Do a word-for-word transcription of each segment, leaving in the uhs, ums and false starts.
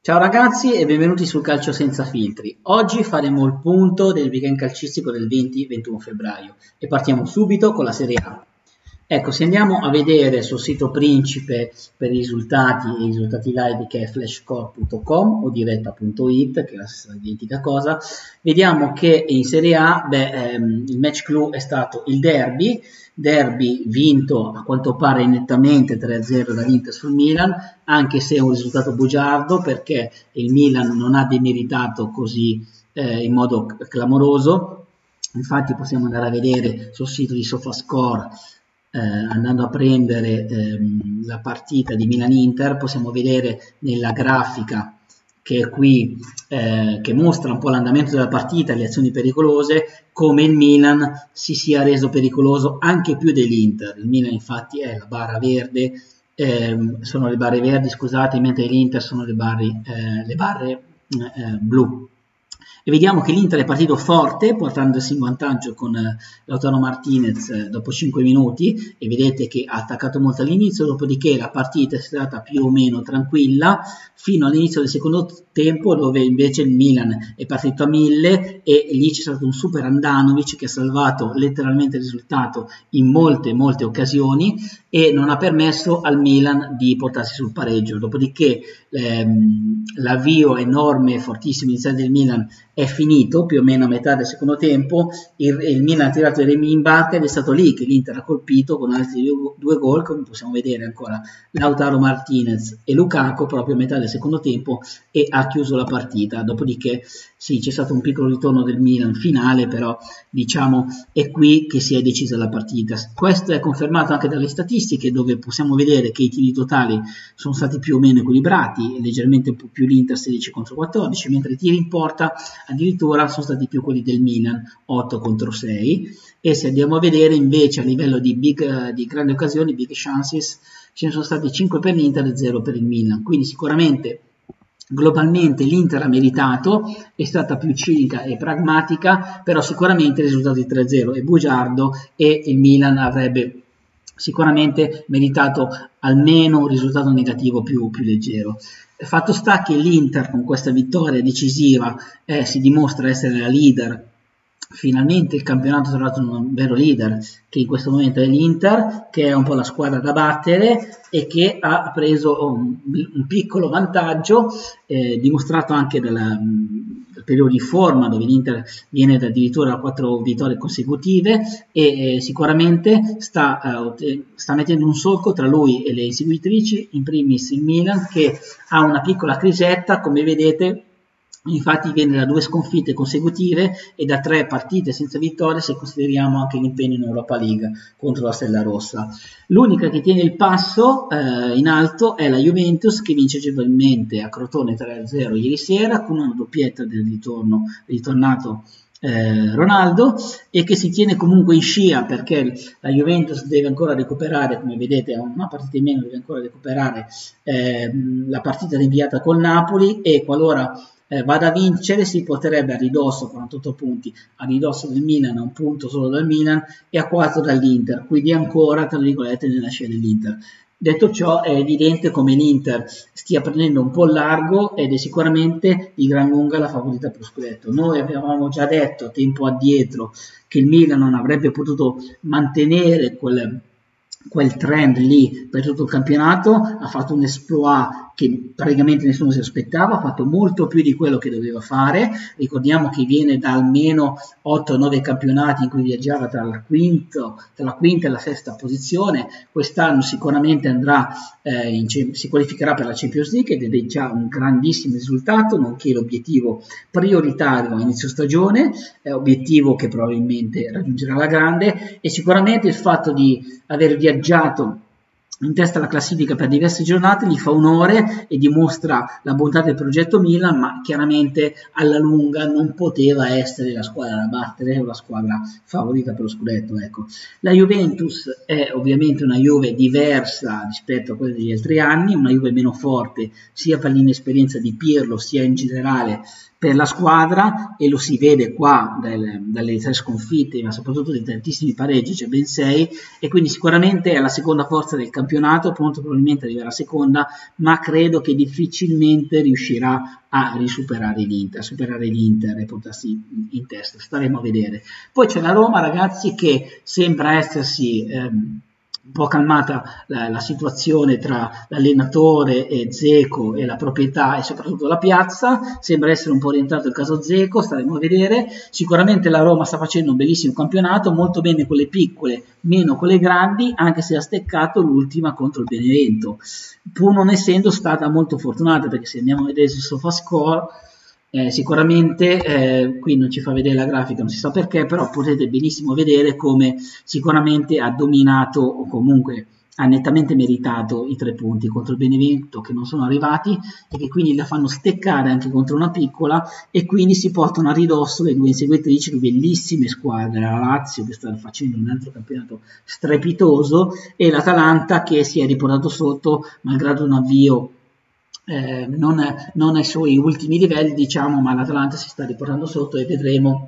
Ciao ragazzi e benvenuti sul Calcio Senza Filtri. Oggi faremo il punto del weekend calcistico del venti ventuno febbraio e partiamo subito con la Serie A. Ecco, se andiamo a vedere sul sito principe per i risultati e i risultati live che è flashcore punto com o diretta punto it, che è la stessa identica cosa, vediamo che in Serie A beh, ehm, il match clou è stato il derby, derby vinto a quanto pare nettamente tre a zero dall'Inter sul Milan, anche se è un risultato bugiardo perché il Milan non ha demeritato così eh, in modo clamoroso. Infatti possiamo andare a vedere sul sito di SofaScore, eh, andando a prendere ehm, la partita di Milan-Inter, possiamo vedere nella grafica che è qui, eh, che mostra un po' l'andamento della partita, le azioni pericolose, come il Milan si sia reso pericoloso anche più dell'Inter. Il Milan infatti è la barra verde, eh, sono le barre verdi, scusate, mentre l'Inter sono le, barri, eh, le barre eh, blu. E vediamo che l'Inter è partito forte, portandosi in vantaggio con eh, Lautaro Martinez eh, dopo cinque minuti, e vedete che ha attaccato molto all'inizio, dopodiché la partita è stata più o meno tranquilla fino all'inizio del secondo tempo, dove invece il Milan è partito a mille e lì c'è stato un super Andanovic che ha salvato letteralmente il risultato in molte molte occasioni e non ha permesso al Milan di portarsi sul pareggio. Dopodiché ehm, l'avvio enorme e fortissimo iniziale del Milan è finito più o meno a metà del secondo tempo, il, il Milan ha tirato i remi in barca ed è stato lì che l'Inter ha colpito con altri due, due gol, come possiamo vedere ancora Lautaro Martinez e Lukaku proprio a metà del secondo tempo, e ha chiuso la partita. Dopodiché sì, c'è stato un piccolo ritorno del Milan finale, però diciamo è qui che si è decisa la partita. Questo è confermato anche dalle statistiche, dove possiamo vedere che i tiri totali sono stati più o meno equilibrati, leggermente un po' più l'Inter sedici contro quattordici, mentre i tiri in porta addirittura sono stati più quelli del Milan, otto contro sei. E se andiamo a vedere invece a livello di, big, di grandi occasioni, big chances, ce ne sono stati cinque per l'Inter e zero per il Milan. Quindi sicuramente globalmente l'Inter ha meritato, è stata più cinica e pragmatica, però sicuramente il risultato di tre a zero è bugiardo e il Milan avrebbe sicuramente meritato almeno un risultato negativo più, più leggero. Fatto sta che l'Inter con questa vittoria decisiva eh, si dimostra essere la leader. Finalmente il campionato ha trovato un vero leader, che in questo momento è l'Inter, che è un po' la squadra da battere e che ha preso un, un piccolo vantaggio, eh, dimostrato anche dalla, dal periodo di forma, dove l'Inter viene da addirittura quattro vittorie consecutive e eh, sicuramente sta, eh, sta mettendo un solco tra lui e le inseguitrici, in primis il Milan, che ha una piccola crisetta, come vedete. Infatti viene da due sconfitte consecutive e da tre partite senza vittoria, se consideriamo anche l'impegno in Europa League contro la Stella Rossa. L'unica che tiene il passo eh, in alto è la Juventus, che vince agevolmente a Crotone tre a zero ieri sera con una doppietta del ritorno, ritornato eh, Ronaldo, e che si tiene comunque in scia perché la Juventus deve ancora recuperare, come vedete ha una partita in meno, deve ancora recuperare eh, la partita rinviata col Napoli, e qualora Eh, vada a vincere si porterebbe a ridosso, quarantotto punti, a ridosso del Milan, a un punto solo dal Milan e a quattro dall'Inter, quindi ancora tra virgolette nella scia dell'Inter. Detto ciò, è evidente come l'Inter stia prendendo un po' largo ed è sicuramente di gran lunga la favorita per lo scudetto. Noi avevamo già detto tempo addietro che il Milan non avrebbe potuto mantenere quel quel trend lì per tutto il campionato, ha fatto un exploit che praticamente nessuno si aspettava, ha fatto molto più di quello che doveva fare. Ricordiamo che viene da almeno otto nove campionati in cui viaggiava tra la, quinto, tra la quinta e la sesta posizione. Quest'anno sicuramente andrà eh, in, si qualificherà per la Champions League ed è già un grandissimo risultato, nonché l'obiettivo prioritario a inizio stagione, eh, obiettivo che probabilmente raggiungerà la grande, e sicuramente il fatto di aver viaggiato in testa alla classifica per diverse giornate gli fa onore e dimostra la bontà del progetto Milan, ma chiaramente alla lunga non poteva essere la squadra da battere o la squadra favorita per lo scudetto. Ecco. La Juventus è ovviamente una Juve diversa rispetto a quella degli altri anni, una Juve meno forte sia per l'inesperienza di Pirlo sia in generale per la squadra, e lo si vede qua dalle, dalle tre sconfitte, ma soprattutto dai tantissimi pareggi, cioè ben sei, e quindi sicuramente è la seconda forza del campionato campionato, molto probabilmente arriverà seconda, ma credo che difficilmente riuscirà a risuperare l'Inter, a superare l'Inter e portarsi in testa, staremo a vedere. Poi c'è la Roma, ragazzi, che sembra essersi ehm, un po' calmata la, la situazione tra l'allenatore e Dzeko e la proprietà e soprattutto la piazza, sembra essere un po' orientato il caso Dzeko, staremo a vedere. Sicuramente la Roma sta facendo un bellissimo campionato, molto bene con le piccole, meno con le grandi, anche se ha steccato l'ultima contro il Benevento, pur non essendo stata molto fortunata, perché se andiamo a vedere sul SofaScore, Eh, sicuramente eh, qui non ci fa vedere la grafica, non si sa perché, però potete benissimo vedere come sicuramente ha dominato o comunque ha nettamente meritato i tre punti contro il Benevento, che non sono arrivati e che quindi la fanno steccare anche contro una piccola, e quindi si portano a ridosso le due inseguitrici, due bellissime squadre, la Lazio che sta facendo un altro campionato strepitoso e l'Atalanta che si è riportato sotto malgrado un avvio Eh, non, non ai suoi ultimi livelli, diciamo, ma l'Atalanta si sta riportando sotto e vedremo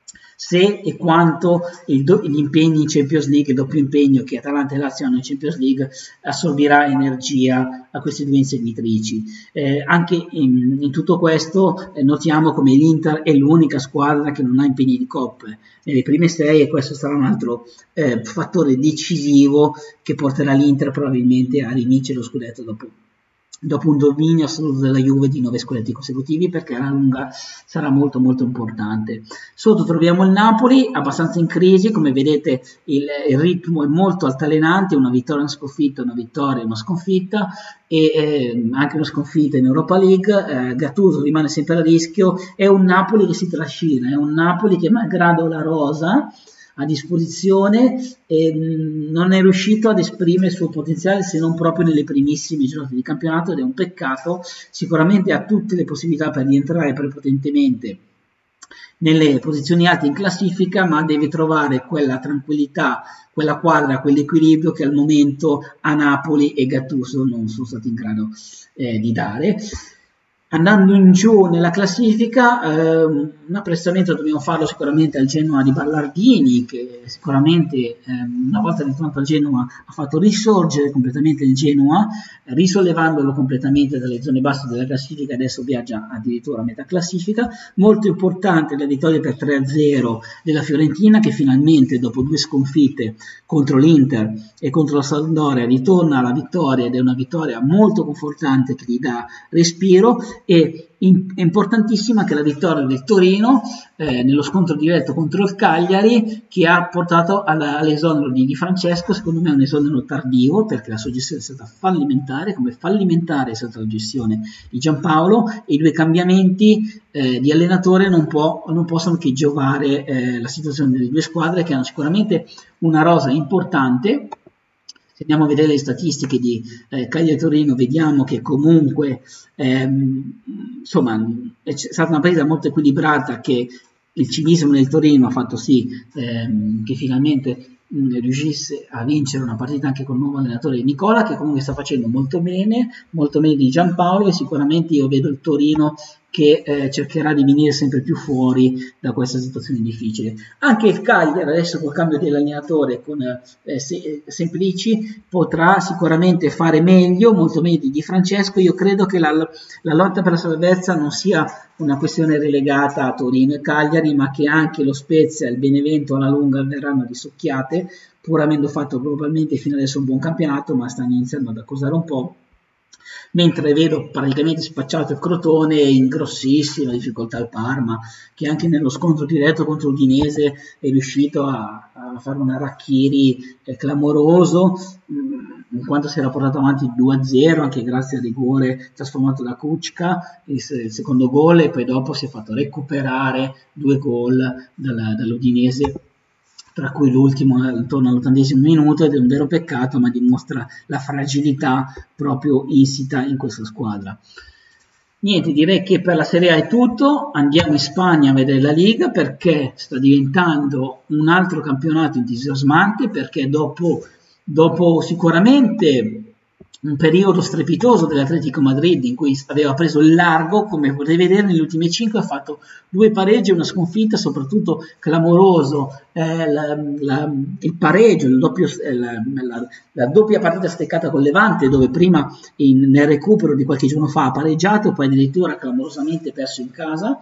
se e quanto il do, gli impegni in Champions League, il doppio impegno che Atalanta e Lazio hanno in Champions League, assorbirà energia a queste due inseguitrici. Eh, anche in, in tutto questo eh, notiamo come l'Inter è l'unica squadra che non ha impegni di coppe nelle prime sei, e questo sarà un altro eh, fattore decisivo che porterà l'Inter probabilmente a rivincere lo scudetto dopo dopo un dominio assoluto della Juve di nove scudetti consecutivi, perché alla lunga sarà molto molto importante. Sotto troviamo il Napoli, abbastanza in crisi, come vedete il, il ritmo è molto altalenante, una vittoria, una sconfitta, una vittoria, una sconfitta, e eh, anche una sconfitta in Europa League. eh, Gattuso rimane sempre a rischio, è un Napoli che si trascina, è un Napoli che malgrado la rosa a disposizione e non è riuscito ad esprimere il suo potenziale se non proprio nelle primissime giornate di campionato, ed è un peccato. Sicuramente ha tutte le possibilità per rientrare prepotentemente nelle posizioni alte in classifica, ma deve trovare quella tranquillità, quella quadra, quell'equilibrio che al momento a Napoli e Gattuso non sono stati in grado eh, di dare. Andando in giù nella classifica, eh, un apprezzamento dobbiamo farlo sicuramente al Genoa di Ballardini, che sicuramente eh, una volta ritornato al Genoa ha fatto risorgere completamente il Genoa, risollevandolo completamente dalle zone basse della classifica, adesso viaggia addirittura a metà classifica. Molto importante la vittoria per tre a zero della Fiorentina, che finalmente dopo due sconfitte contro l'Inter e contro la Sampdoria ritorna alla vittoria, ed è una vittoria molto confortante che gli dà respiro. E è importantissima anche la vittoria del Torino eh, nello scontro diretto contro il Cagliari, che ha portato all'esonero di Di Francesco. Secondo me è un esonero tardivo, perché la sua gestione è stata fallimentare, come fallimentare è stata la gestione di Giampaolo, e i due cambiamenti eh, di allenatore non, può, non possono che giovare eh, la situazione delle due squadre, che hanno sicuramente una rosa importante. Se andiamo a vedere le statistiche di eh, Cagliari e Torino, vediamo che comunque ehm, insomma, è stata una partita molto equilibrata, che il cinismo del Torino ha fatto sì ehm, che finalmente mh, riuscisse a vincere una partita anche con il nuovo allenatore Nicola, che comunque sta facendo molto bene, molto bene di Giampaolo, e sicuramente io vedo il Torino che eh, cercherà di venire sempre più fuori da questa situazione difficile. Anche il Cagliari adesso col cambio dell'allenatore con eh, se, Semplici potrà sicuramente fare meglio, molto meglio di Di Francesco. Io credo che la, la lotta per la salvezza non sia una questione relegata a Torino e Cagliari, ma che anche lo Spezia e il Benevento alla lunga verranno risucchiate, pur avendo fatto probabilmente fino adesso un buon campionato, ma stanno iniziando ad accusare un po'. Mentre vedo praticamente spacciato il Crotone in grossissima difficoltà il Parma, che anche nello scontro diretto contro l'Udinese è riuscito a, a fare un Arachiri eh, clamoroso, mh, in quanto si era portato avanti due a zero, anche grazie al rigore trasformato da Kučka, il, il secondo gol, e poi dopo si è fatto recuperare due gol dalla, dall'Udinese, tra cui l'ultimo intorno all'ottantesimo minuto, ed è un vero peccato, ma dimostra la fragilità proprio insita in questa squadra. Niente, direi che per la Serie A è tutto. Andiamo in Spagna a vedere la Liga, perché sta diventando un altro campionato entusiasmante, perché dopo, dopo sicuramente un periodo strepitoso dell'Atletico Madrid in cui aveva preso il largo, come potete vedere negli ultimi cinque ha fatto due pareggi e una sconfitta, soprattutto clamoroso eh, la, la, il pareggio, il doppio, eh, la, la, la doppia partita steccata con Levante, dove prima in, nel recupero di qualche giorno fa ha pareggiato e poi addirittura clamorosamente perso in casa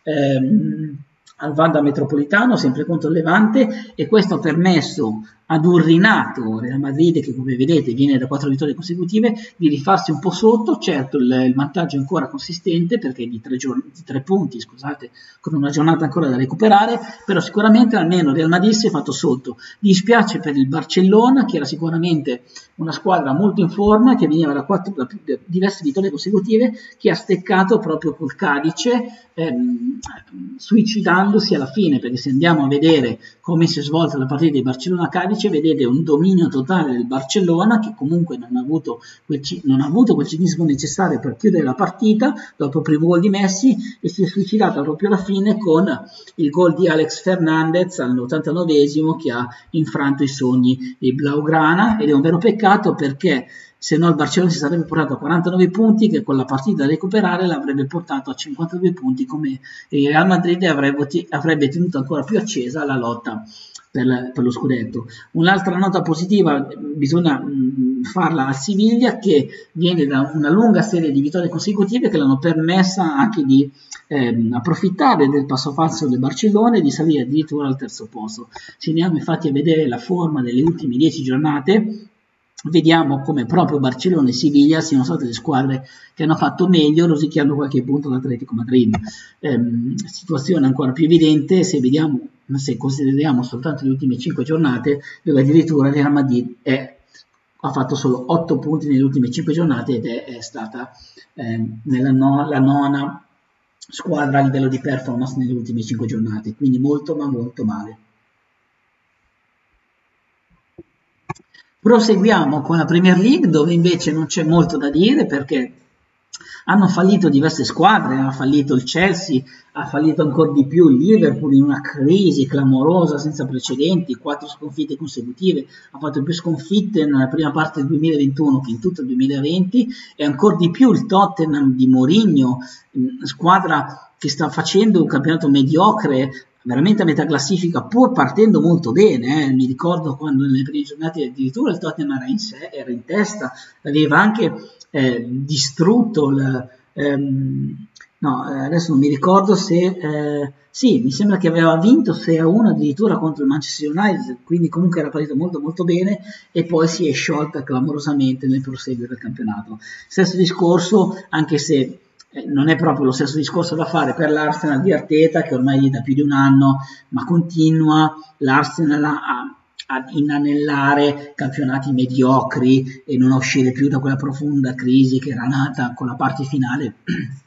ehm, al Wanda Metropolitano, sempre contro il Levante, e questo ha permesso ad un rinato Real Madrid, che come vedete viene da quattro vittorie consecutive, di rifarsi un po' sotto. Certo il, il vantaggio è ancora consistente perché di tre, giorni, di tre punti, scusate, con una giornata ancora da recuperare, però sicuramente almeno Real Madrid si è fatto sotto. Dispiace per il Barcellona, che era sicuramente una squadra molto in forma, che veniva da, quattro, da, da diverse vittorie consecutive, che ha steccato proprio col Cadice, ehm, suicidandosi alla fine, perché se andiamo a vedere come si è svolta la partita di Barcellona-Cadice, vedete un dominio totale del Barcellona, che comunque non ha avuto quel, non ha avuto quel cinismo necessario per chiudere la partita dopo il primo gol di Messi, e si è suicidata proprio alla fine con il gol di Alex Fernandez all'ottantanovesimo, che ha infranto i sogni dei Blaugrana, ed è un vero peccato perché se no il Barcellona si sarebbe portato a quarantanove punti, che con la partita da recuperare l'avrebbe portato a cinquantadue punti, come il Real Madrid avrebbe, avrebbe tenuto ancora più accesa la lotta per, per lo scudetto. Un'altra nota positiva bisogna mh, farla al Siviglia, che viene da una lunga serie di vittorie consecutive che l'hanno permessa anche di ehm, approfittare del passo falso del Barcellona e di salire addirittura al terzo posto. Se andiamo infatti a vedere la forma delle ultime dieci giornate, vediamo come proprio Barcellona e Siviglia siano state le squadre che hanno fatto meglio, rosicchiando qualche punto l'Atletico Madrid. Ehm, situazione ancora più evidente se vediamo, se consideriamo soltanto le ultime cinque giornate, dove addirittura Real Madrid è, ha fatto solo otto punti nelle ultime cinque giornate ed è, è stata eh, nella no, la nona squadra a livello di performance nelle ultime cinque giornate, quindi molto ma molto male. Proseguiamo con la Premier League, dove invece non c'è molto da dire perché hanno fallito diverse squadre, ha fallito il Chelsea, ha fallito ancora di più il Liverpool in una crisi clamorosa senza precedenti, quattro sconfitte consecutive, ha fatto più sconfitte nella prima parte del duemilaventuno che in tutto il duemilaventi, e ancora di più il Tottenham di Mourinho, squadra che sta facendo un campionato mediocre, veramente a metà classifica, pur partendo molto bene. Eh. Mi ricordo quando nelle prime giornate addirittura il Tottenham era in, sé, era in testa, aveva anche eh, distrutto il, ehm, no, adesso non mi ricordo se eh, sì, mi sembra che aveva vinto sei a uno addirittura contro il Manchester United, quindi comunque era partito molto molto bene, e poi si è sciolta clamorosamente nel proseguo del campionato. Stesso discorso, anche se non è proprio lo stesso discorso da fare per l'Arsenal di Arteta, che ormai da più di un anno, ma continua l'Arsenal a, a inanellare campionati mediocri e non a uscire più da quella profonda crisi che era nata con la parte finale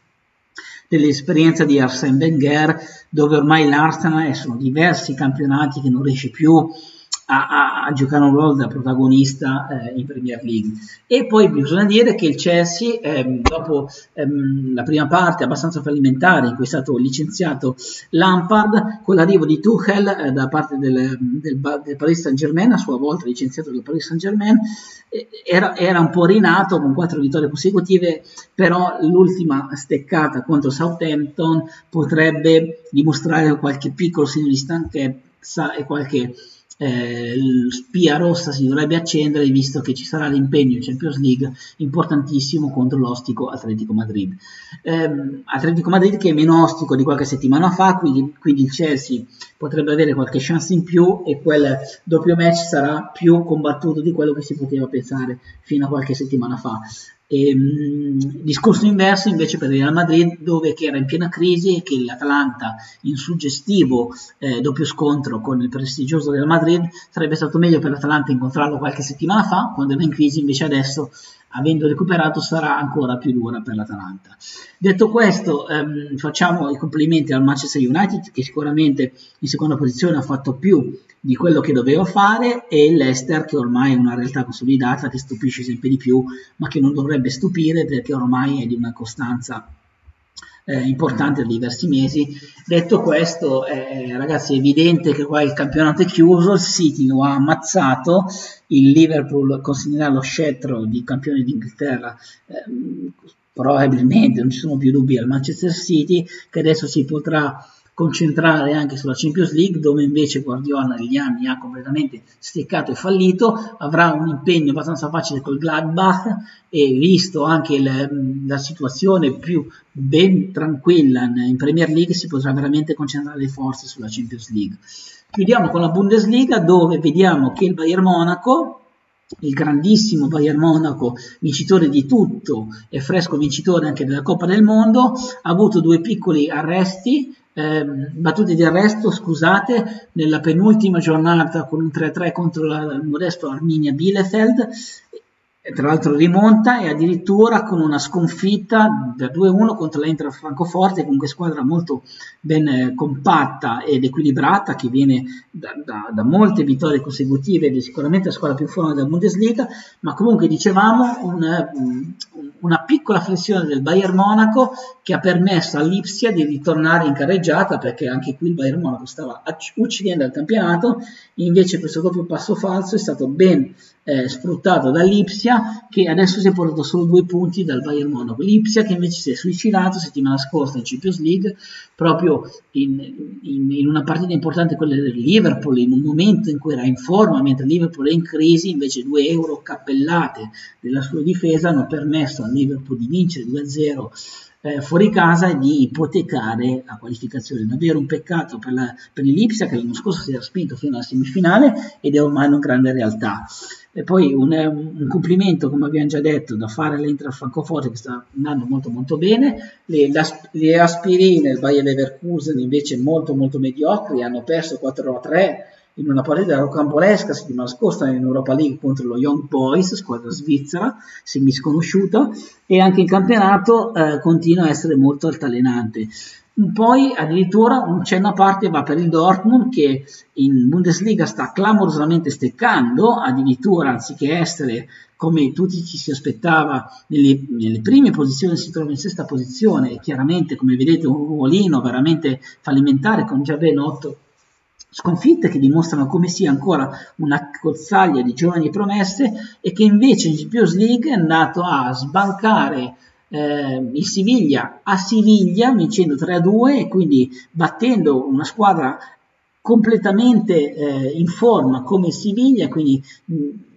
dell'esperienza di Arsène Wenger, dove ormai l'Arsenal sono diversi campionati che non riesce più A, a, a giocare un ruolo da protagonista eh, in Premier League. E poi bisogna dire che il Chelsea, ehm, dopo ehm, la prima parte abbastanza fallimentare in cui è stato licenziato Lampard, con l'arrivo di Tuchel eh, da parte del, del, del Paris Saint-Germain, a sua volta licenziato dal Paris Saint-Germain, eh, era, era un po' rinato con quattro vittorie consecutive, però l'ultima steccata contro Southampton potrebbe dimostrare qualche piccolo segno di stanchezza e qualche Eh, spia rossa si dovrebbe accendere, visto che ci sarà l'impegno in Champions League importantissimo contro l'ostico Atletico Madrid. Eh, Atletico Madrid che è meno ostico di qualche settimana fa, quindi, quindi il Chelsea potrebbe avere qualche chance in più e quel doppio match sarà più combattuto di quello che si poteva pensare fino a qualche settimana fa. E, mh, discorso inverso invece per il Real Madrid, dove che era in piena crisi e che l'Atalanta in suggestivo eh, doppio scontro con il prestigioso Real Madrid, sarebbe stato meglio per l'Atalanta incontrarlo qualche settimana fa quando era in crisi, invece adesso, avendo recuperato, sarà ancora più dura per l'Atalanta. Detto questo, ehm, facciamo i complimenti al Manchester United, che sicuramente in seconda posizione ha fatto più di quello che doveva fare, e l'Leicester, che ormai è una realtà consolidata, che stupisce sempre di più, ma che non dovrebbe stupire perché ormai è di una costanza eh, importante da diversi mesi. Detto questo, eh, ragazzi, è evidente che qua il campionato è chiuso, il City lo ha ammazzato, il Liverpool consegnerà lo scettro di campione d'Inghilterra, eh, probabilmente, non ci sono più dubbi, al Manchester City, che adesso si potrà concentrare anche sulla Champions League, dove invece Guardiola negli anni ha completamente steccato e fallito. Avrà un impegno abbastanza facile col Gladbach, e visto anche il, la situazione più ben tranquilla in Premier League, si potrà veramente concentrare le forze sulla Champions League. Chiudiamo con la Bundesliga, dove vediamo che il Bayern Monaco, il grandissimo Bayern Monaco, vincitore di tutto e fresco vincitore anche della Coppa del Mondo, ha avuto due piccoli arresti, eh, battute di arresto, scusate, nella penultima giornata con un tre a tre contro la, il modesto Arminia Bielefeld. Tra l'altro rimonta, e addirittura con una sconfitta da due a uno contro l'Eintracht Francoforte, comunque squadra molto ben eh, compatta ed equilibrata, che viene da, da, da molte vittorie consecutive ed è sicuramente la squadra più forte della Bundesliga. Ma comunque, dicevamo, un, un, una piccola flessione del Bayern Monaco che ha permesso all'Ipsia di ritornare in carreggiata, perché anche qui il Bayern Monaco stava uccidendo il campionato. Invece questo doppio passo falso è stato ben eh, sfruttato dall'Ipsia, che adesso si è portato solo due punti dal Bayern Monaco. L'Ipsia che invece si è suicidato settimana scorsa in Champions League, proprio in, in, in una partita importante, quella del Liverpool, in un momento in cui era in forma, mentre il Liverpool è in crisi. Invece due euro cappellate della sua difesa hanno permesso al Liverpool di vincere due a zero Eh, fuori casa e di ipotecare la qualificazione. Davvero un peccato per, la, per l'Ipsia, che l'anno scorso si era spinto fino alla semifinale ed è ormai una grande realtà. E poi un, un complimento, come abbiamo già detto, da fare all'Eintracht Francoforte, che sta andando molto molto bene. Le, la, le aspirine, il Bayer Leverkusen invece molto molto mediocri, hanno perso quattro a tre in una partita rocambolesca settimana scorsa in Europa League contro lo Young Boys, squadra svizzera semisconosciuta, e anche in campionato eh, continua a essere molto altalenante. Poi addirittura un cenno a parte va per il Dortmund, che in Bundesliga sta clamorosamente steccando, addirittura anziché essere, come tutti ci si aspettava, nelle, nelle prime posizioni, si trova in sesta posizione, e chiaramente, come vedete, un ruolino veramente fallimentare con già ben otto sconfitte, che dimostrano come sia ancora una cozzaglia di giovani promesse, e che invece in Champions League è andato a sbancare eh, il Siviglia a Siviglia, vincendo tre a due, e quindi battendo una squadra completamente eh, in forma come il Siviglia, quindi mh,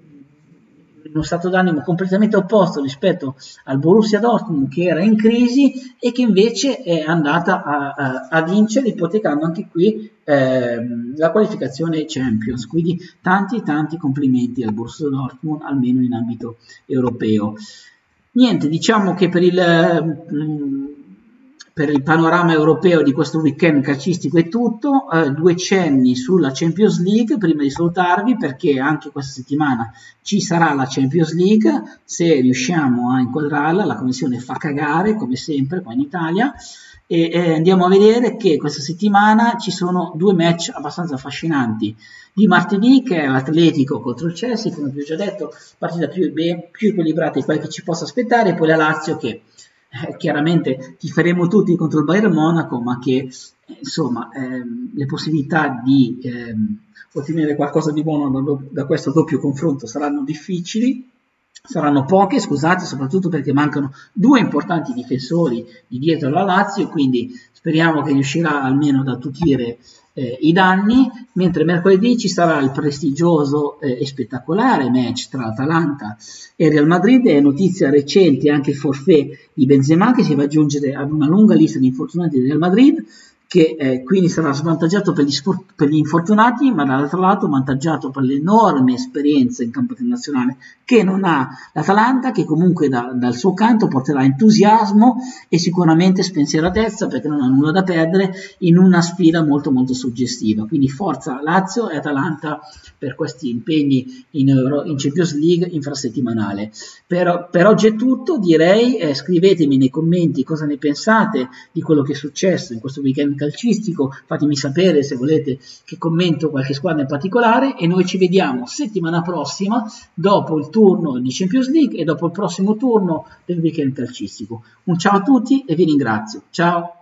in uno stato d'animo completamente opposto rispetto al Borussia Dortmund, che era in crisi e che invece è andata a, a, a vincere, ipotecando anche qui eh, la qualificazione Champions. Quindi tanti tanti complimenti al Borussia Dortmund, almeno in ambito europeo. Niente, diciamo che per il, per il panorama europeo di questo weekend calcistico è tutto. Eh, due cenni sulla Champions League prima di salutarvi, perché anche questa settimana ci sarà la Champions League, se riusciamo a inquadrarla. La commissione fa cagare come sempre qua in Italia, e eh, andiamo a vedere che questa settimana ci sono due match abbastanza affascinanti. Di martedì, che è l'Atletico contro il Chelsea, come vi ho già detto, partita più, ben, più equilibrata di quella che ci possa aspettare, e poi la Lazio, che eh, chiaramente tiferemo tutti contro il Bayern Monaco, ma che eh, insomma ehm, le possibilità di ehm, ottenere qualcosa di buono da, da questo doppio confronto saranno difficili. Saranno poche, scusate, soprattutto perché mancano due importanti difensori di dietro alla Lazio, quindi speriamo che riuscirà almeno ad attutire eh, i danni. Mentre mercoledì ci sarà il prestigioso eh, e spettacolare match tra Atalanta e Real Madrid. È notizia recente anche il forfait di Benzema, che si va ad aggiungere ad una lunga lista di infortunati del Real Madrid, che eh, quindi sarà svantaggiato per gli, per gli infortunati, ma dall'altro lato vantaggiato per l'enorme esperienza in campo internazionale che non ha l'Atalanta, che comunque da, dal suo canto porterà entusiasmo e sicuramente spensieratezza, perché non ha nulla da perdere in una sfida molto molto suggestiva. Quindi forza Lazio e Atalanta per questi impegni in, Euro, in Champions League infrasettimanale. Per, per oggi è tutto, direi. Eh, scrivetemi nei commenti cosa ne pensate di quello che è successo in questo weekend calcistico, fatemi sapere se volete che commento qualche squadra in particolare e noi ci vediamo settimana prossima dopo il turno di Champions League e dopo il prossimo turno del weekend calcistico. Un ciao a tutti e vi ringrazio. Ciao!